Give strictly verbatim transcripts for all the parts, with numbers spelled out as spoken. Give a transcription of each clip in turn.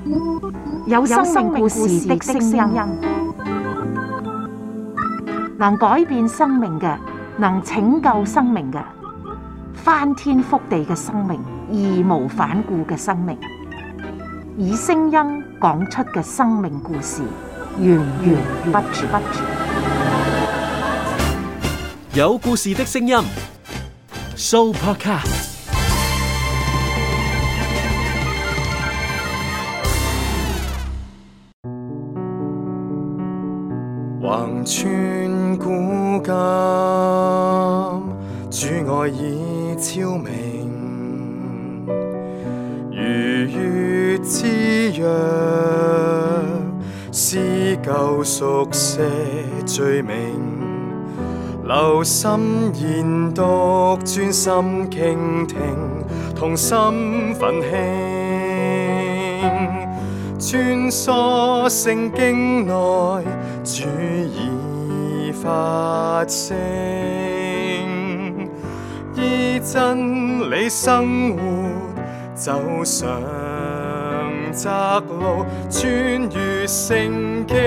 有生命故事的聲音，能改變生命嘅，能拯救生命嘅，翻天覆地嘅生命，義無反顧嘅生命，以聲音講出嘅生命故事，源源不絕。 有故事的聲音 ，Sooopodcast。 橫穿古今，主愛已超明，如月之約，撕舊熟寫罪名，留心研讀，專心傾聽，同心奮興，穿梭聖經內，主已發聲，依真理生活，走上窄路，穿越聖經。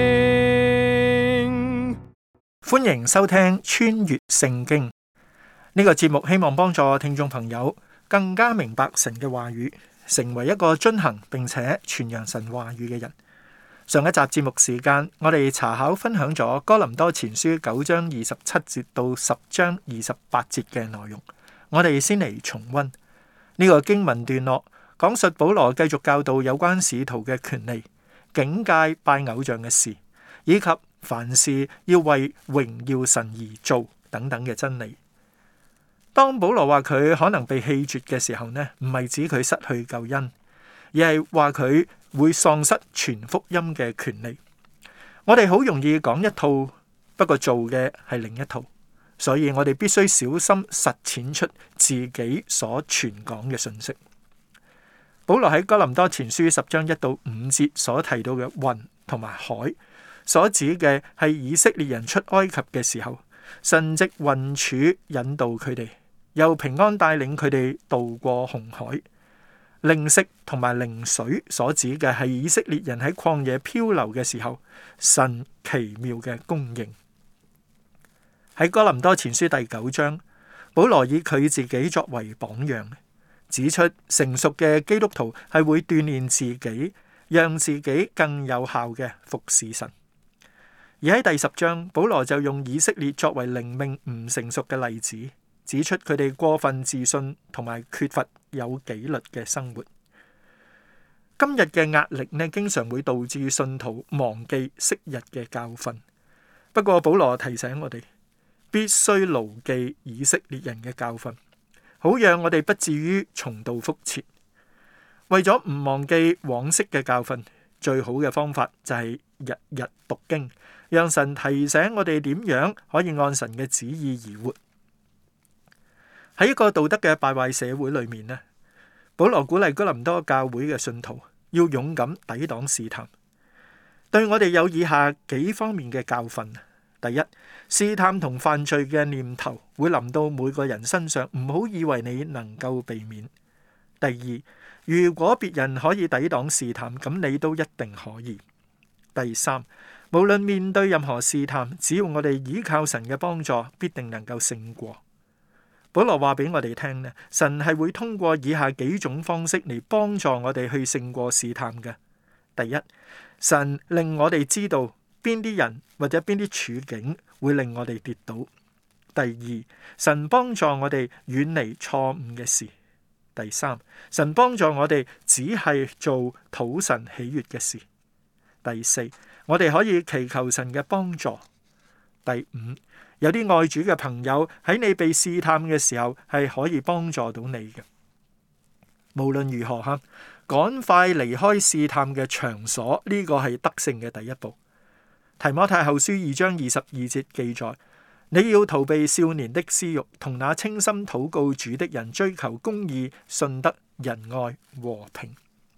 歡迎收聽穿越聖經呢個節目，希望幫助聽眾朋友更加明白神嘅話語，成為一個遵行並且傳揚神話語嘅人。上一集節目時間，我哋查考分享咗哥林多前書九章二十七節到十章二十八節嘅內容。我哋先嚟重溫呢個經文段落，講述保羅繼續教導有關使徒嘅權利、警戒拜偶像嘅事，以及凡事要為榮耀神而做等等嘅真理。當保羅話佢可能被棄絕嘅時候呢，唔係指佢失去救恩，而係話佢會喪失傳福音嘅權利。我哋好容易講一套，不過做嘅係另一套，所以我哋必須小心實踐出自己所傳講嘅信息。保羅喺哥林多前書十章一到五節所提到嘅雲同埋海，所指嘅係以色列人出埃及嘅時候，神藉雲柱引導佢哋，又平安帶領佢哋渡過紅海。靈食同埋靈水所指嘅係以色列人喺曠野漂流嘅時候，神奇妙嘅供應。喺哥林多前書第九章，保羅以佢自己作為榜樣，指出成熟嘅基督徒係會鍛煉自己，讓自己更有效嘅服侍神。而喺第十章，保羅就用以色列作為靈命唔成熟嘅例子，指出佢哋過分自信同埋缺乏有紀律嘅生活。今日嘅壓力呢，經常會導致信徒忘記昔日嘅教訓。不過保羅提醒我哋，必須牢記以色列人嘅教訓，好讓我哋不至於重蹈覆轍。為咗唔忘記往昔嘅教訓，最好嘅方法就係日日讀經，讓神提醒我哋點樣可以按神嘅旨意而活。喺一個道德嘅敗壞社會裏面呢，保羅鼓勵哥林多教會嘅信徒要勇敢抵擋試探。對我哋有以下幾方面嘅教訓。第一，試探同犯罪嘅念頭會臨到每個人身上，唔好以為你能夠避免。第二，如果別人可以抵擋試探，咁你都一定可以。第三，無論面對任何試探，只要我哋依靠神嘅幫助，必定能夠勝過。保羅話俾我哋聽呢，神係會通過以下幾種方式嚟幫助我哋去勝過試探嘅。第一，神令我哋知道邊啲人或者邊啲處境會令我哋跌倒。第二，神幫助我哋遠離錯誤嘅事。第三，神幫助我哋只係做討神喜悅嘅事。第四，我哋可以祈求神嘅幫助。第五，有啲愛主嘅朋友喺你被試探嘅時候係可以幫助到你嘅。無論如何吓，趕快離開試探嘅場所，呢個係得勝嘅第一步。提摩太後書二章二十二節記載，你要逃避少年的私欲，同那清心禱告主的人追求公義、信德、仁愛、和平。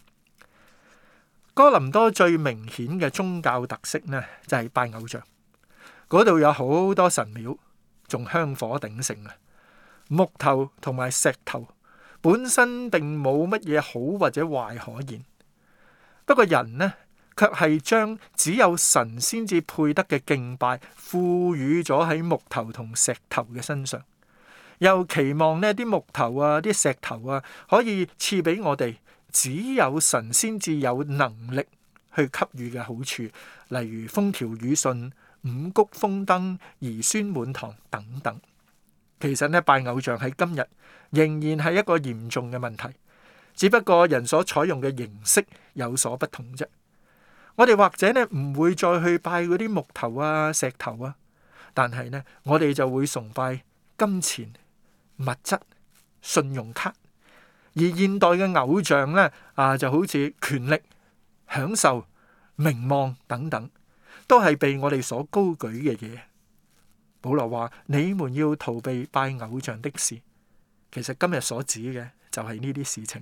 哥林多最明顯嘅宗教特色呢，就係拜偶像。嗰度有好多神廟，仲香火鼎盛啊！木頭同埋石頭本身並冇乜嘢好或者壞可言， 不過人呢，卻係將只有神先至配得嘅敬拜賦予咗喺木頭同石頭嘅身上，又期望呢啲木頭啊、啲石頭啊可以賜俾我哋只有神先至有能力去給予嘅好處，例如風調雨順、五穀豐登、兒孫滿堂等等。其實呢，拜偶像喺今日仍然係一個嚴重嘅問題，只不過人所採用嘅形式有所不同啫。我哋或者呢唔會再去拜嗰啲木頭啊、石頭啊，但係呢，我哋就會崇拜金錢、物質、信用卡。而現代嘅偶像呢，啊就好似權力、享受、名望等等，都係被我哋所高舉嘅嘢。保羅話：你們要逃避拜偶像的事。其實今日所指嘅就係呢啲事情。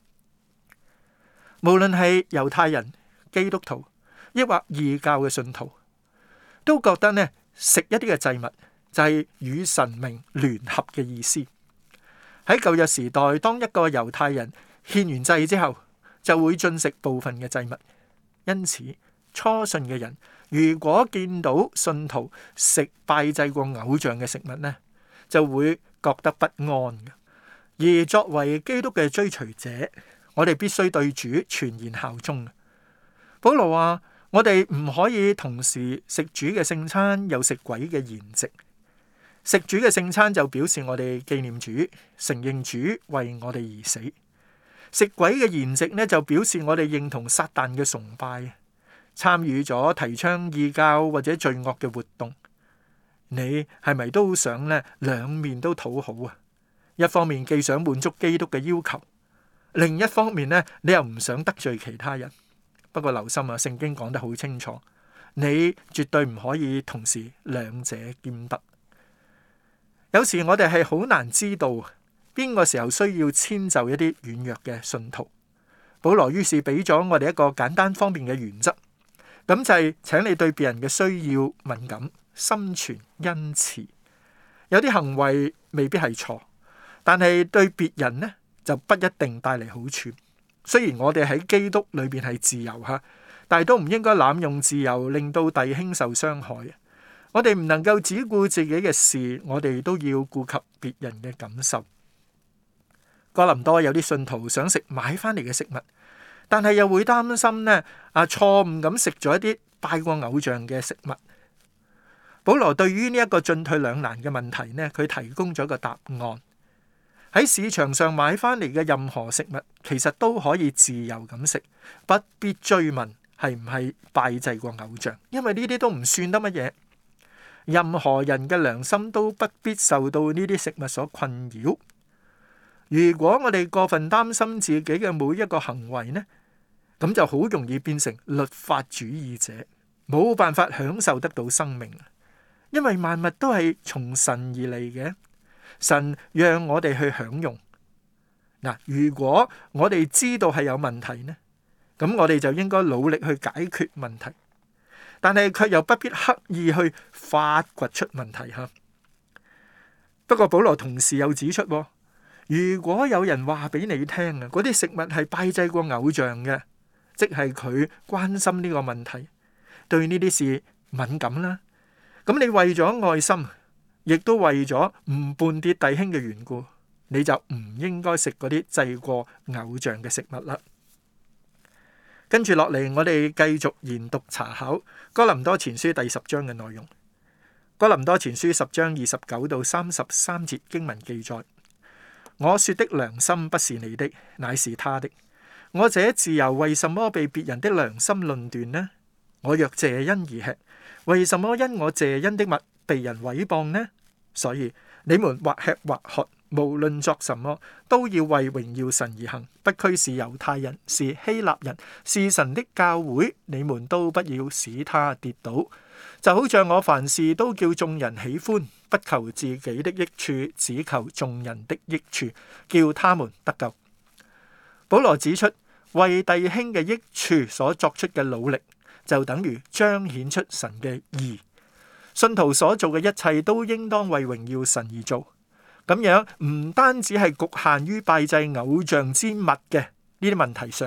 無論係猶太人、基督徒，抑或異教嘅信徒，都覺得呢食一啲嘅祭物就係與神明聯合嘅意思。喺舊日時代，當一個猶太人獻完祭之後，就會進食部分嘅祭物。因此，初信嘅人如果見到信徒食拜祭過偶像嘅食物呢，就會覺得不安嘅。而作為基督嘅追隨者，我哋必須對主全然效忠。保羅話：我哋唔可以同時食主嘅聖餐，又食鬼嘅筵席。食主嘅聖餐就表示我哋紀念主，承認主為我哋而死；食鬼嘅筵席呢，就表示我哋認同撒旦嘅崇拜，參與咗提倡異教或者罪惡嘅活動。你係咪都想呢兩面都討好啊？一方面既想滿足基督嘅要求，另一方面呢，你又唔想得罪其他人。不過留心啊，聖經講得好清楚，你絕對唔可以同時兩者兼得。有時我哋係好難知道邊個時候需要遷就一啲軟弱嘅信徒。保羅於是俾咗我哋一個簡單方便嘅原則，咁就係請你對別人嘅需要敏感，心存恩慈。有啲行為未必係錯，但係對別人呢就不一定帶嚟好處。雖然我哋喺基督裏邊係自由吓，但係都唔應該濫用自由，令到弟兄受傷害。我哋唔能夠只顧自己嘅事，我哋都要顧及別人嘅感受。哥林多有啲信徒想食買翻嚟嘅食物，但係又會擔心呢啊錯誤咁食咗一啲拜過偶像嘅食物。保羅對於呢一個進退兩難嘅問題呢，佢提供咗一個答案。喺市場上買翻嚟嘅任何食物，其實都可以自由咁食，不必追問係唔係拜祭過偶像，因為呢啲都唔算得乜嘢。任何人嘅良心都不必受到呢啲食物所困擾。如果我哋過分擔心自己嘅每一個行為呢，咁就好容易變成律法主義者，冇辦法享受得到生命。因為萬物都係從神而嚟嘅，神讓我哋去享用。嗱，如果我哋知道係有問題呢，咁我哋就應該努力去解決問題。但係卻又不必刻意去發掘出問題吓。不過保羅同時又指出，如果有人話俾你聽啊，嗰啲食物係拜祭過偶像嘅，即係佢關心呢個問題，對呢啲事敏感啦。咁你為咗愛心，亦都為咗唔絆跌弟兄嘅緣故，你就唔應該食嗰啲祭過偶像嘅食物啦。跟住落嚟，我哋繼續研讀查考哥林多前書第十章嘅內容。哥林多前書十章二十九到三十三節經文記載：我說的良心不是你的，乃是他的。我這自由為什麼被別人的良心論斷呢？我若謝恩而吃，為什麼因我謝恩的物被人毀謗呢？所以你們或吃或喝，無論作什麼，都要為榮耀神而行，不拘是猶太人，是希臘人，是神的教會，你們都不要使他跌倒。就好像我凡事都叫眾人喜歡，不求自己的益處，只求眾人的益處，叫他們得救。保羅指出，為弟兄嘅益處所作出嘅努力，就等於彰顯出神嘅義。信徒所做嘅一切都應當為榮耀神而做。咁樣唔單止係局限於拜祭偶像之物嘅呢啲問題上，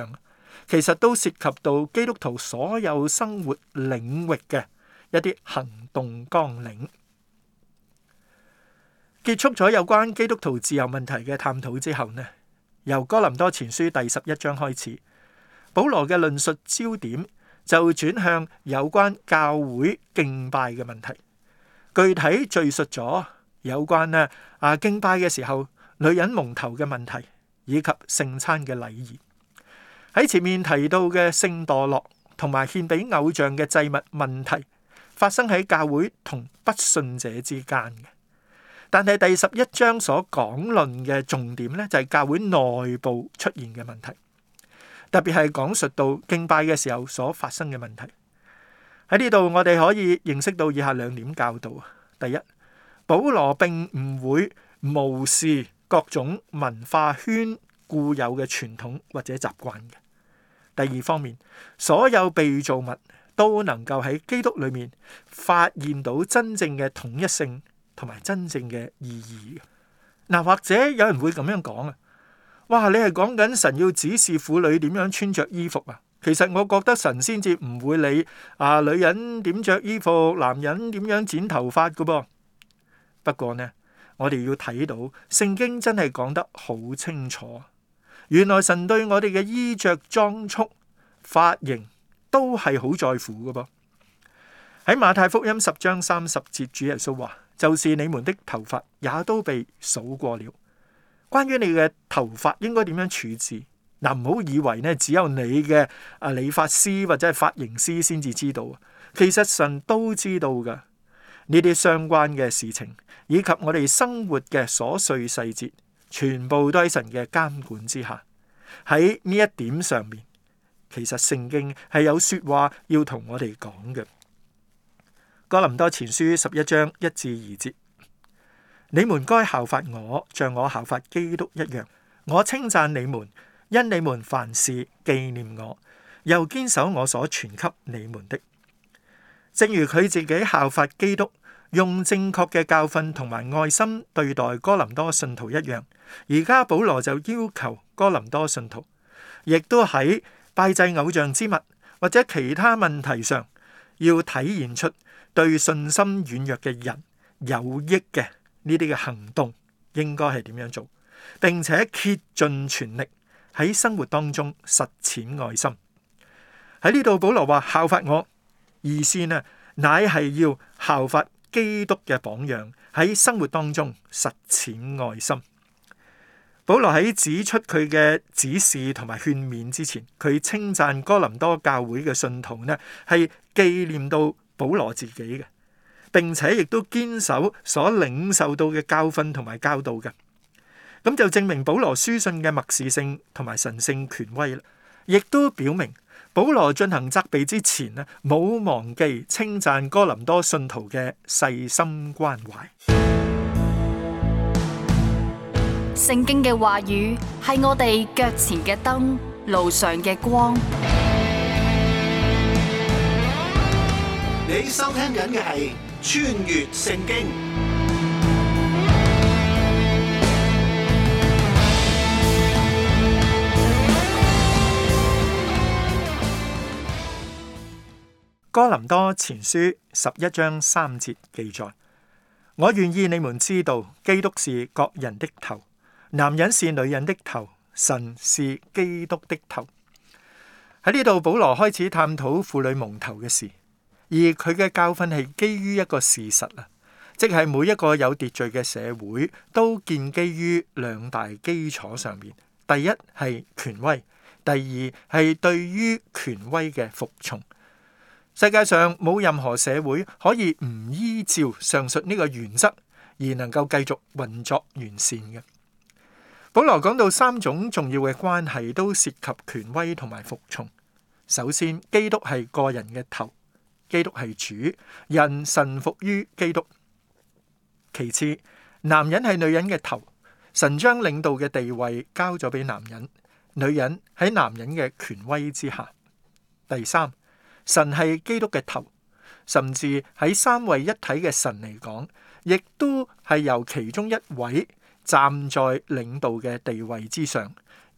其實都涉及到基督徒所有生活領域嘅一啲行動綱領。結束咗有關基督徒自由問題嘅探討之後呢，由哥林多前書第十一章開始，保羅嘅論述焦點就轉向有關教會敬拜嘅問題，具體敘述咗有關呢啊敬拜嘅時候女人蒙頭嘅問題，以及聖餐嘅禮儀。喺前面提到嘅性墮落同埋獻俾偶像嘅祭物問題，發生喺教會同不信者之間嘅。但係第十一章所講論嘅重點呢，就係教會內部出現嘅問題，特別係講述到敬拜嘅時候所發生嘅問題。喺呢度我哋可以認識到以下兩點教導。第一，保羅並唔會無視各種文化圈固有嘅傳統或者習慣嘅。第二方面，所有被造物都能夠喺基督裏面發現到真正嘅統一性同埋真正嘅意義。嗱，或者有人會咁樣講啊，哇！你係講緊神要指示婦女點樣穿着衣服啊？其實我覺得神先至唔會理啊，女人點着衣服，男人點樣剪頭髮噶噃。不過呢，我哋要睇到聖經真係講得好清楚，原來神對我哋嘅衣着、裝束、髮型都係好在乎噶噃。喺馬太福音十章三十節，主耶穌話：就是你們的頭髮也都被數過了。關於你嘅頭髮應該點樣處置，嗱，唔好以為呢只有你嘅啊理髮師或者係髮型師先至知道啊，其實神都知道噶。呢啲相關嘅事情以及我哋生活嘅瑣碎細節，全部都喺神嘅監管之下。喺呢一點上面，其實聖經係有說話要同我哋講嘅。哥林多前書十一章一至二節：你們該效法我，像我效法基督一樣。我稱讚你們，因你們凡事紀念我，又堅守我所傳給你們的。正如佢自己效法基督，用正確嘅教訓同埋愛心對待哥林多信徒一樣，而家保羅就要求哥林多信徒，亦都喺拜祭偶像之物或者其他問題上，要體現出對信心軟弱嘅人有益嘅呢啲嘅行動，應該係點樣做，並且竭盡全力喺生活當中實踐愛心。喺呢度保羅話效法我，意思呢乃係要效法基督嘅榜樣，喺生活當中實踐愛心。保羅喺指出佢嘅指示同埋勸勉之前，佢稱讚哥林多教會嘅信徒呢係紀念到保羅自己嘅，並且亦都堅守所領受到嘅教訓同埋教導嘅。咁就證明保羅書信嘅默示性同埋神聖權威啦，亦都表明保羅進行責備之前呢，冇忘記稱讚哥林多信徒嘅細心關懷。 聖經嘅話語係我哋腳前嘅燈，路上嘅光。 你收聽緊嘅係穿越聖經。 哥林多前書十一章三節記載：我願意你們知道，基督是各人的頭，男人是女人的頭，神是基督的頭。喺呢度，保羅開始探討婦女蒙頭嘅事，而佢嘅教訓係基於一個事實啊，即係每一個有秩序嘅社會都建基於兩大基礎上面。第一係權威，第二係對於權威嘅服從。世界上冇任何社會可以唔依照上述呢個原則而能夠繼續運作完善嘅。保羅講到三種重要嘅關係都涉及權威同埋服從。首先，基督係個人嘅頭，基督係主，人臣服於基督。其次，男人係女人嘅頭，神將領導嘅地位交咗俾男人，女人喺男人嘅權威之下。第三，神係基督嘅頭，甚至喺三位一體嘅神嚟講，亦都係由其中一位站在領導嘅地位之上，而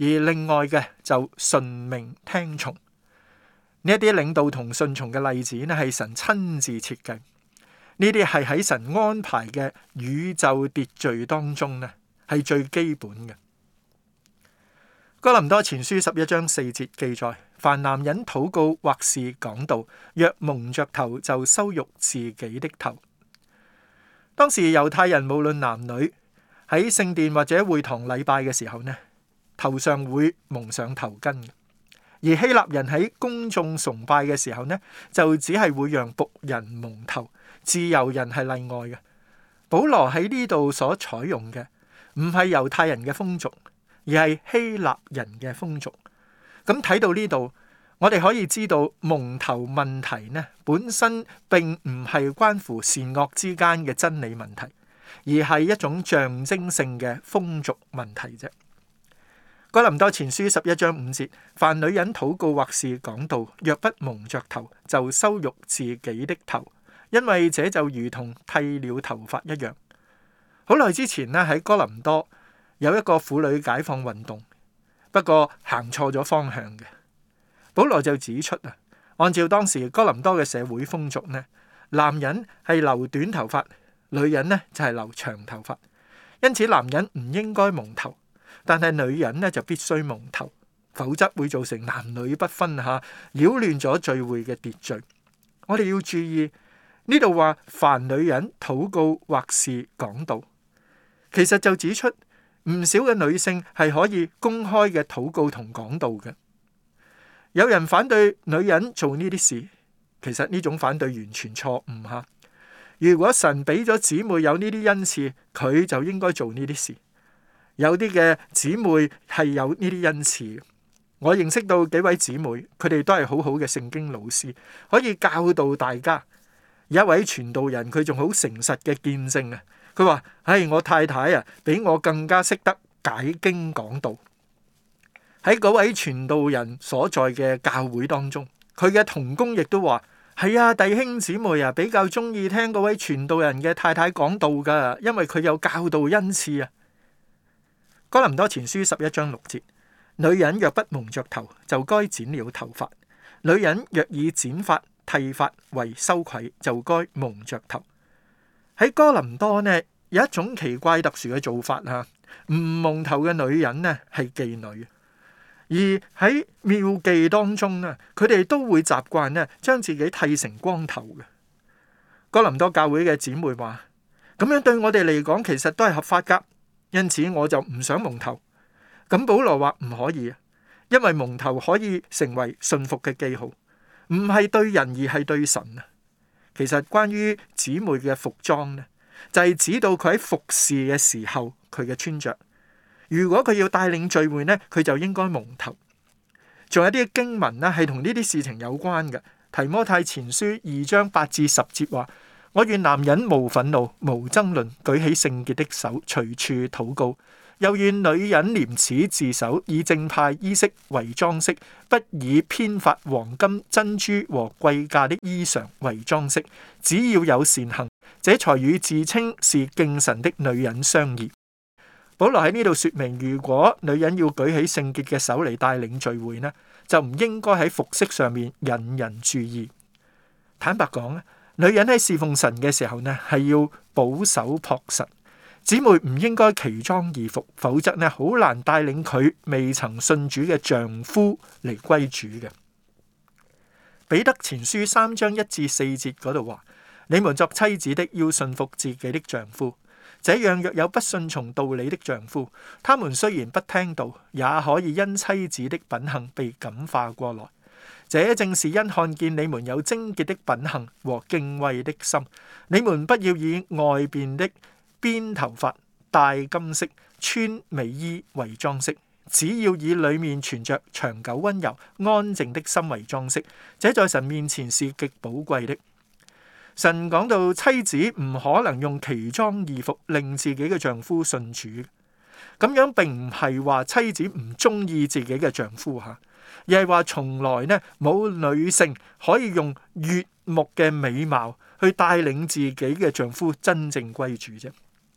而另外嘅就順命聽從。呢一啲領導同順從嘅例子呢，係神親自設計。呢啲係喺神安排嘅宇宙秩序當中呢，係最基本嘅。哥林多前書十一章四節記載：凡男人禱告或是講道，若蒙着頭，就羞辱自己的頭。當時猶太人無論男女喺聖殿或者會堂禮拜嘅時候呢，頭上會蒙上頭巾。而希臘人喺公眾崇拜嘅時候呢，就只係會讓僕人蒙頭，自由人係例外嘅。保羅喺呢度所採用嘅唔係猶太人嘅風俗，而係希臘人嘅風俗。咁睇到呢度，我哋可以知道蒙頭問題呢，本身並唔係關乎善惡之間嘅真理問題，而係一種象徵性嘅風俗問題啫。哥林多前書十一章五節：凡女人禱告或是講道，若不蒙着頭，就羞辱自己的頭，因為這就如同剃了頭髮一樣。好耐之前呢，喺哥林多有一個婦女解放運動，不過行錯咗方向嘅。保羅就指出啊，按照當時哥林多嘅社會風俗呢，男人係留短頭髮，女人呢就係留長頭髮，因此男人唔應該蒙頭，但係女人呢就必須蒙頭，否則會造成男女不分吓，擾亂咗聚會嘅秩序。我哋要注意呢度話，凡女人禱告或是講道，其實就指出唔少嘅女性係可以公開嘅禱告同講道嘅。有人反對女人做呢啲事，其實呢種反對完全錯誤吓。如果神俾咗姊妹有呢啲恩賜，佢就應該做呢啲事。有啲嘅姊妹係有呢啲恩賜，我認識到幾位姊妹，佢哋都係好好嘅聖經老師，可以教導大家。有一位傳道人，佢仲好誠實嘅見證啊！佢話：唉，我太太啊，比我更加識得解經講道。喺嗰位傳道人所在嘅教會當中，佢嘅同工亦都話：係啊，弟兄姊妹啊，比較中意聽嗰位傳道人嘅太太講道噶，因為佢有教導恩賜啊。哥林多前書十一章六節：女人若不蒙着頭，就該剪了頭髮；女人若以剪髮、剃髮為羞愧，就該蒙着頭。喺哥林多呢，有一種奇怪特殊嘅做法吓，唔蒙頭嘅女人呢係妓女，而喺廟妓當中呢，佢哋都會習慣呢將自己剃成光頭嘅。哥林多教會嘅姊妹話：咁樣對我哋嚟講，其實都係合法噶，因此我就唔想蒙頭。咁保羅話唔可以，因為蒙頭可以成為信服嘅記號，唔係對人而係對神啊。其實關於姊妹嘅服裝呢，就係指到佢喺服侍嘅時候佢嘅穿着。如果佢要帶領聚會呢，佢就應該蒙頭。仲有啲經文呢係同呢啲事情有關嘅。提摩太前書二章八至十節話：我願男人無憤怒、無爭論，舉起聖潔的手，隨處禱告。又願女人廉恥自守，以正派衣飾為裝飾，不以編髮、黃金、珍珠和貴價的衣裳為裝飾。只要有善行，這才與自稱是敬神的女人相宜。保羅喺呢度說明，如果女人要舉起聖潔嘅手嚟帶領聚會呢，就唔應該喺服飾上面引人注意。坦白講咧，女人喺侍奉神嘅時候呢，係要保守樸實。姊妹唔應該奇裝異服，否則呢好難帶領佢未曾信主嘅丈夫嚟歸主嘅。彼得前書三章一至四節嗰度話：你們作妻子的要順服自己的丈夫，這樣若有不順從道理的丈夫，他們雖然不聽道，也可以因妻子的品行被感化過來。這正是因看見你們有貞潔的品行和敬畏的心，你們不要以外邊的編頭髮、戴金飾、穿美衣為裝飾，只要以裏面存着長久溫柔、安靜的心為裝飾，這在神面前是極寶貴的。神講到妻子唔可能用奇裝異服令自己嘅丈夫信主，咁樣並唔係話妻子唔中意自己嘅丈夫吓，而係話從來呢冇女性可以用悅目嘅美貌去帶領自己嘅丈夫真正歸主啫。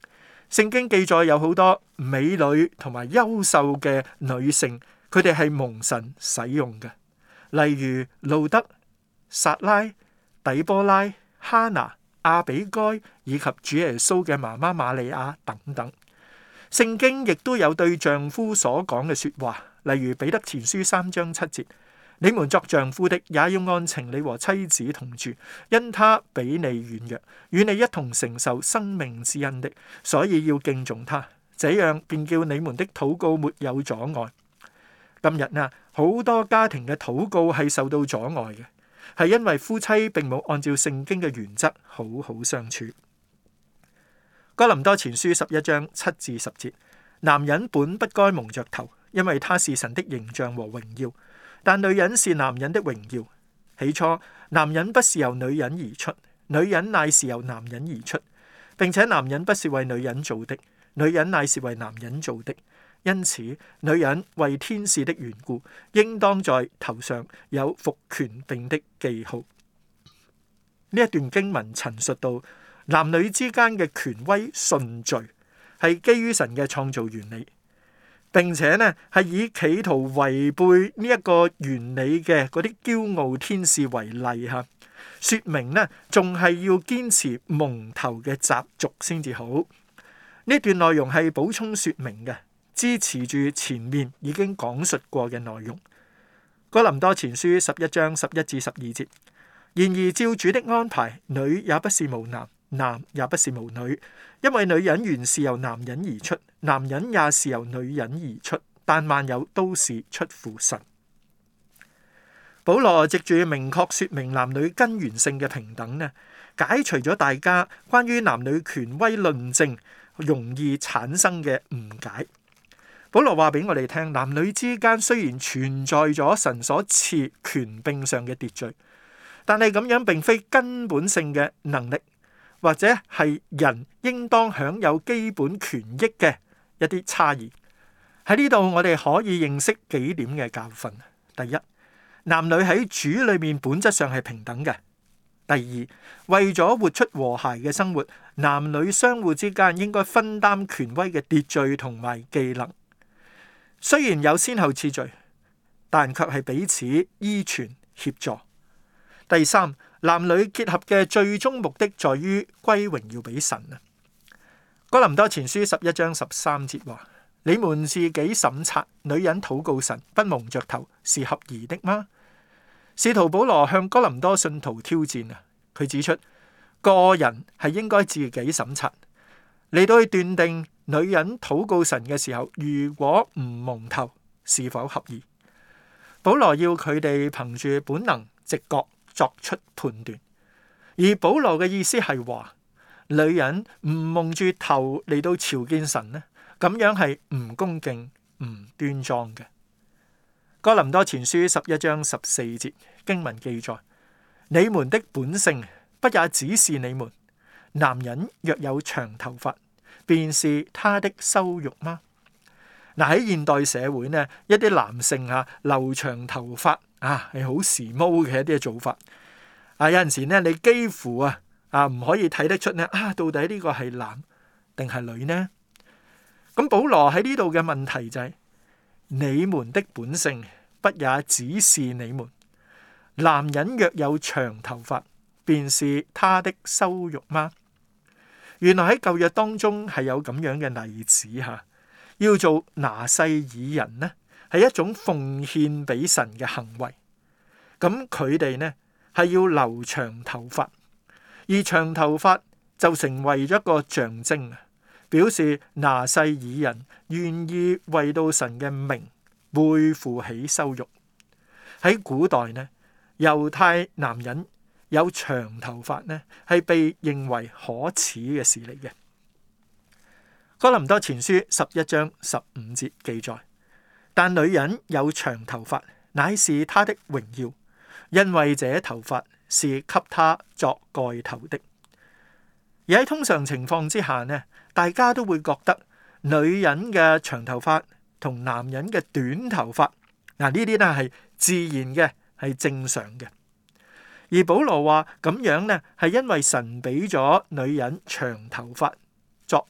聖經記載有好多美女同埋優秀嘅女性，佢哋係蒙神使用嘅，例如路德、撒拉、底波拉、哈拿、亞比該以及主耶穌嘅媽媽瑪利亞等等。聖經亦都有對丈夫所講嘅說話，例如彼得前書三章七節：你們作丈夫的，也要按情理和妻子同住，因他比你軟弱，與你一同承受生命之恩的，所以要敬重他，這樣便叫你們的禱告沒有阻礙。今日啊，好多家庭嘅禱告係受到阻礙嘅，係因為夫妻並冇按照聖經嘅原則好好相處。哥林多前書十一章七至十節：男人本不該蒙着頭，因為他是神的形象和榮耀，但女人是男人的榮耀。起初，男人不是由女人而出，女人乃是由男人而出，並且男人不是為女人做的，女人乃是為男人做的。因此，女人為天使的緣故，應當在頭上有服權柄的記號。呢一段經文陳述到男女之間嘅權威順序係基於神嘅創造原理，並且呢係以企圖違背呢一個原理嘅嗰啲驕傲天使為例吓，說明呢仲係要堅持蒙頭嘅習俗先至好。呢段內容係補充說明嘅，支持住前面已經講述過嘅內容。哥林多前書十一章十一至十二節：然而照主的安排，女也不是無男，男也不是無女，因為女人原是由男人而出，男人也是由女人而出，但萬有都是出乎神。保羅藉住明確說明男女根源性嘅平等呢，解除咗大家關於男女權威論證容易產生嘅誤解。保羅話俾我哋聽，男女之間雖然存在咗神所賜權柄上嘅秩序，但係咁樣並非根本性嘅能力，或者係人應當享有基本權益嘅一啲差異。喺呢度我哋可以認識幾點嘅教訓。第一，男女喺主裏面本質上係平等嘅。第二，為咗活出和諧嘅生活，男女相互之間應該分擔權威嘅秩序同埋技能。雖然有先後次序，但卻係彼此依存協助。第三，男女結合嘅最終目的在於歸榮耀俾神啊。哥林多前書十一章十三節話：你們自己審察，女人禱告神不蒙着頭是合宜的嗎？使徒保羅向哥林多信徒挑戰啊，佢指出個人係應該自己審察，嚟到去斷定女人禱告神嘅時候，如果唔蒙頭是否合宜。保羅要佢哋憑住本能直覺作出判斷，而保羅嘅意思係話，女人唔蒙住頭嚟到朝見神呢，咁樣係唔恭敬、唔端莊嘅。哥林多前書十一章十四節經文記載：你們的本性不也指示你們，男人若有長頭髮，便是他的羞辱嗎？嗱，喺現代社會呢，一啲男性啊留長頭髮啊係好時髦嘅一啲做法。啊，有陣時呢，你幾乎啊啊唔可以睇得出呢啊到底呢個係男定係女呢？咁保羅喺呢度嘅問題就係、是：你們的本性不也指示你們，男人若有長頭髮，便是他的羞辱嗎？原來喺舊約當中係有咁樣嘅例子吓，要做拿細耳人呢，係一種奉獻俾神嘅行為。咁佢哋呢係要留長頭髮，而長頭髮就成為咗一個象徵，表示拿細耳人願意為到神嘅名背負起羞辱。喺古代呢，猶太男人有長頭髮呢，係被認為可恥嘅事嚟嘅。哥林多前書十一章十五節記載：但女人有長頭髮，乃是她的榮耀，因為這頭髮是給她作蓋頭的。而喺通常情況之下呢，大家都會覺得女人嘅長頭髮同男人嘅短頭髮，嗱呢啲呢係自然嘅，係正常嘅。而保羅話咁樣呢，係因為神俾咗女人長頭髮作為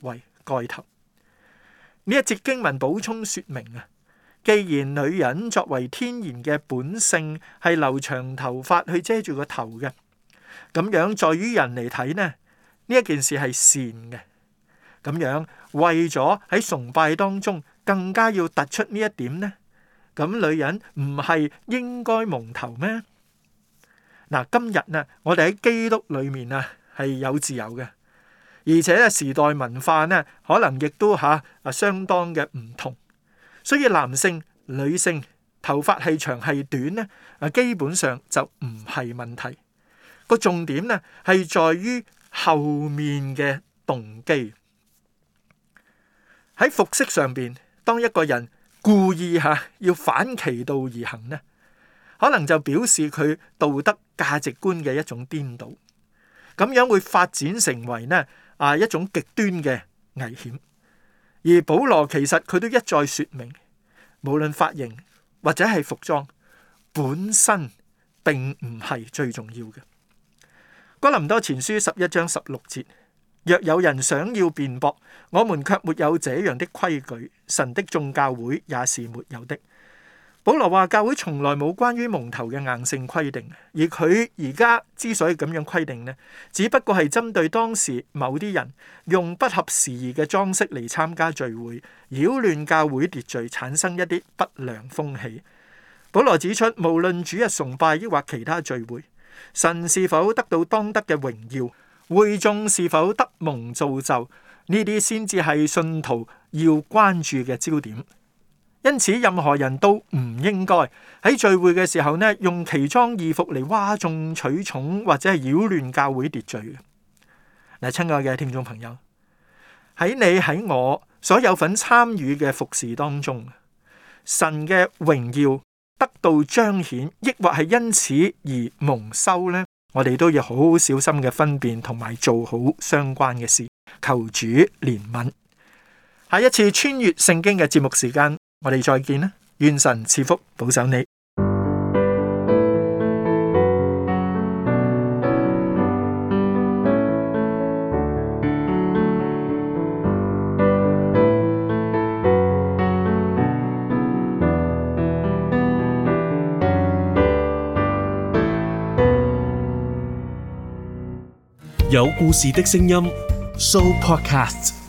蓋頭。呢一節經文補充說明啊，既然女人作為天然嘅本性係留長頭髮去遮住個頭嘅，咁樣在於人嚟睇呢，呢一件事係善嘅。咁樣為咗喺崇拜當中更加要突出呢一點呢，咁女人唔係應該蒙頭咩？嗱，今日呢，我哋喺基督裏面啊係有自由嘅，而且咧時代文化呢可能亦都吓啊相當嘅唔同，所以男性、女性頭髮係長係短呢，啊基本上就唔係問題。個重點呢係在於後面嘅動機。喺服飾上邊，當一個人故意吓要反其道而行呢，可能就表示佢道德價值觀嘅一種顛倒，咁樣會發展成為呢啊一種極端嘅危險。而保羅其實佢都一再說明，無論髮型或者係服裝本身並唔係最重要嘅。哥林多前書十一章十六節，若有人想要辯駁，我們卻沒有這樣的規矩，神的眾教會也是沒有的。保羅話教會從來冇關於蒙頭嘅硬性規定，而佢而家之所以咁樣規定呢，只不過係針對當時某啲人用不合時宜嘅裝飾嚟參加聚會，擾亂教會秩序，產生一啲不良風氣。保羅指出，無論主日崇拜抑或其他聚會，神是否得到當得嘅榮耀，會眾是否得蒙造就，呢啲先至係信徒要關注嘅焦點。因此，任何人都唔應該喺聚會嘅時候呢，用奇裝異服嚟嘩眾取寵或者係擾亂教會秩序嘅。嗱，親愛嘅聽眾朋友，喺你喺我所有份參與嘅服侍當中，神嘅榮耀得到彰顯，抑或係因此而蒙羞呢？我哋都要好好小心嘅分辨同埋做好相關嘅事，求主憐憫。下一次穿越聖經嘅節目時間，我哋再見啦！願神賜福保守你。 有故事的聲音 Show Podcast。